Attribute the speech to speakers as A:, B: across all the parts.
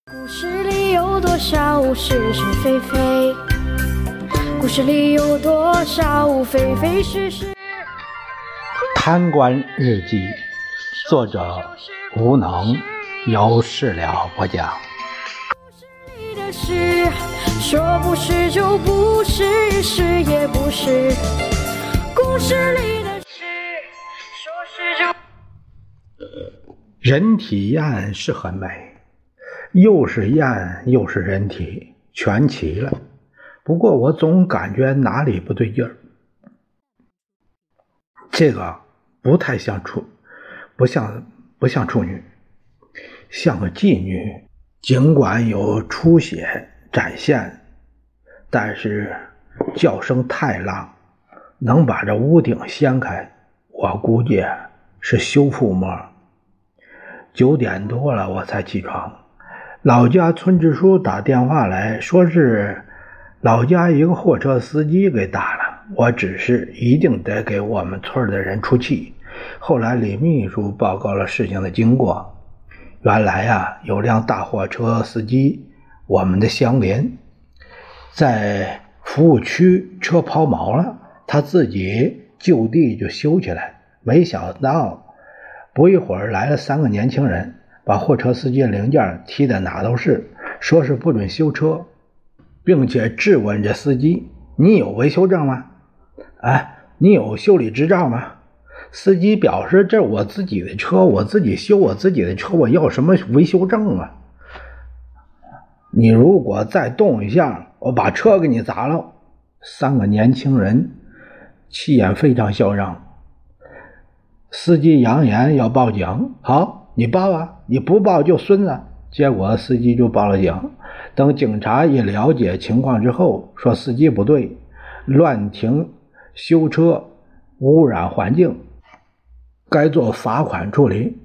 A: 故事里有多少是是非非？故事里有多少非非是是？
B: 贪官日记，作者无能，由事了播讲。
A: 故事里的事，说不是就不是，是也不是。故事里的事，说是就。
B: 人体燕是很美，又是燕又是人体，全齐了。不过我总感觉哪里不对劲儿，这个不太像不像处女，像个妓女。尽管有出血展现，但是叫声太浪，能把这屋顶掀开，我估计是修复膜。9点多了我才起床，老家村支书打电话来说是老家一个货车司机给打了，我指示一定得给我们村的人出气。后来李秘书报告了事情的经过，原来有辆大货车司机，我们的乡邻，在服务区车抛锚了，他自己就地就修起来，没想到不一会儿来了3个年轻人，把货车司机的零件踢得哪都是，说是不准修车，并且质问这司机：你有维修证吗？你有修理执照吗？司机表示：这我自己的车，我自己修我自己的车，我要什么维修证啊？你如果再动一下，我把车给你砸了。3个年轻人气焰非常嚣张。司机扬言要报警，好，你报啊，你不报就孙子。结果司机就报了警。等警察一了解情况之后，说司机不对，乱停修车，污染环境，该做罚款处理。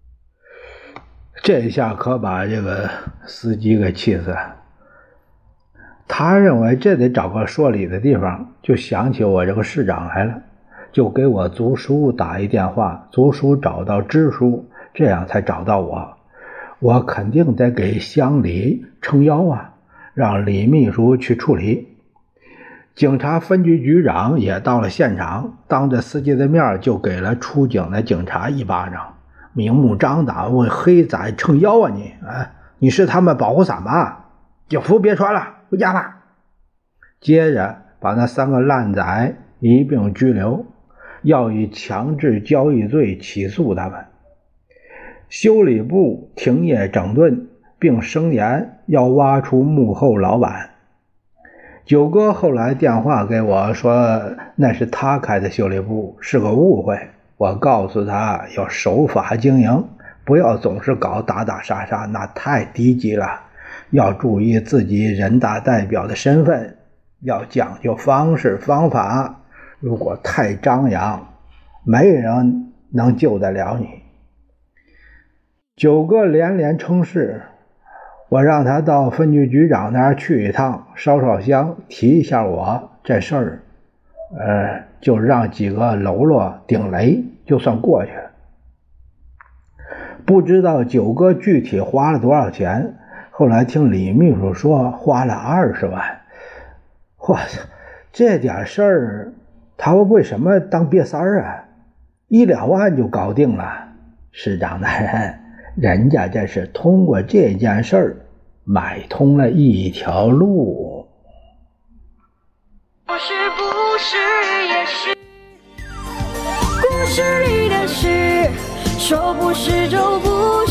B: 这下可把这个司机给气死了。他认为这得找个说理的地方，就想起我这个市长来了，就给我族叔打一电话，族叔找到支书，这样才找到我。我肯定得给乡里撑腰啊，让李秘书去处理。警察分局局长也到了现场，当着司机的面就给了出警的警察一巴掌，明目张胆问：黑仔撑腰啊你？你是他们保护伞吗？警服别穿了，回家吧。接着把那3个烂仔一并拘留，要以强制交易罪起诉他们。修理部停业整顿，并声言要挖出幕后老板。九哥后来电话给我说，那是他开的修理部，是个误会。我告诉他要守法经营，不要总是搞打打杀杀，那太低级了。要注意自己人大代表的身份，要讲究方式方法，如果太张扬，没人能救得了你。九哥连连称是，我让他到分局局长那儿去一趟，烧烧香，提一下我这事儿，就让几个喽啰顶雷，就算过去了。不知道九哥具体花了多少钱，后来听李秘书说花了20万。我操，这点事儿他为什么当瘪三儿啊？1、2万就搞定了。市长大人，人家这是通过这件事儿买通了一条路。
A: 不是不是也是，故事里的事，说不是就不